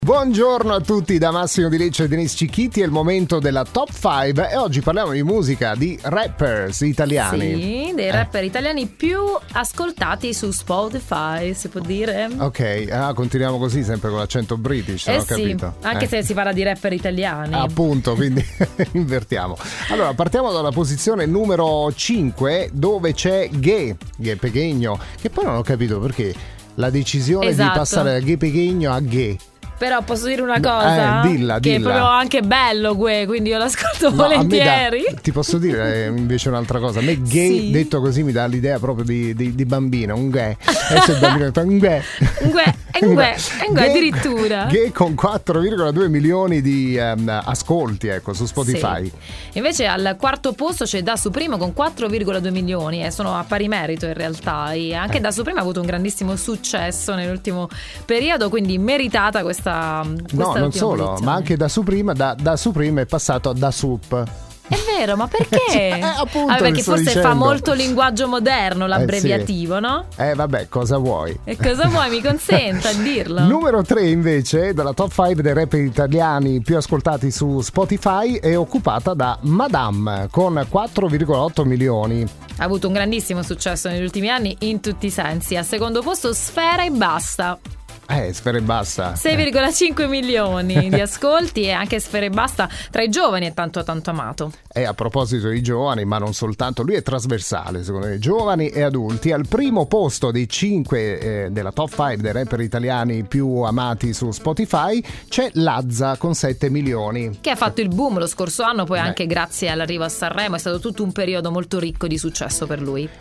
Buongiorno a tutti da Massimo Di Lecce e Denise Cicchiti, è il momento della Top 5 e oggi parliamo di musica, di rappers italiani. Sì, dei rapper italiani più ascoltati su Spotify, si può dire? Ok, continuiamo così sempre con l'accento british, ho capito. Anche se si parla di rapper italiani. Appunto, quindi invertiamo. Allora, partiamo dalla posizione numero 5 dove c'è Ghe Pequeno, che poi non ho capito perché la decisione di passare da Ghe Pequeno a Ghe. Però posso dire una cosa? Dilla. Che è proprio anche bello quindi io l'ascolto volentieri. Ti posso dire invece un'altra cosa. A me gay, sì, detto così, mi dà l'idea proprio di bambino, un gay. Adesso il bambino fa un gay. Addirittura. Gay con 4,2 milioni di ascolti, ecco, su Spotify. Sì. Invece al quarto posto c'è Da Supremo con 4,2 milioni e sono a pari merito in realtà. E anche Da Supremo ha avuto un grandissimo successo nell'ultimo periodo, quindi meritata questa no, non solo, posizione. ma anche Da Supremo è passato a Da Sup. È vero, ma perché? Appunto, perché forse dicendo. Fa molto linguaggio moderno l'abbreviativo, sì. No? Vabbè, cosa vuoi? E cosa vuoi, mi consenta a dirlo? Numero 3 invece, della top 5 dei rapper italiani più ascoltati su Spotify, è occupata da Madame con 4,8 milioni. Ha avuto un grandissimo successo negli ultimi anni in tutti i sensi. Al secondo posto Sfera e Basta. Sfera e Basta 6,5 milioni di ascolti e anche Sfera e Basta tra i giovani è tanto amato. E a proposito di giovani, ma non soltanto, lui è trasversale secondo me, giovani e adulti. Al primo posto dei 5 della top 5 dei rapper italiani più amati su Spotify c'è Lazza con 7 milioni, che ha fatto il boom lo scorso anno, poi anche grazie all'arrivo a Sanremo è stato tutto un periodo molto ricco di successo per lui.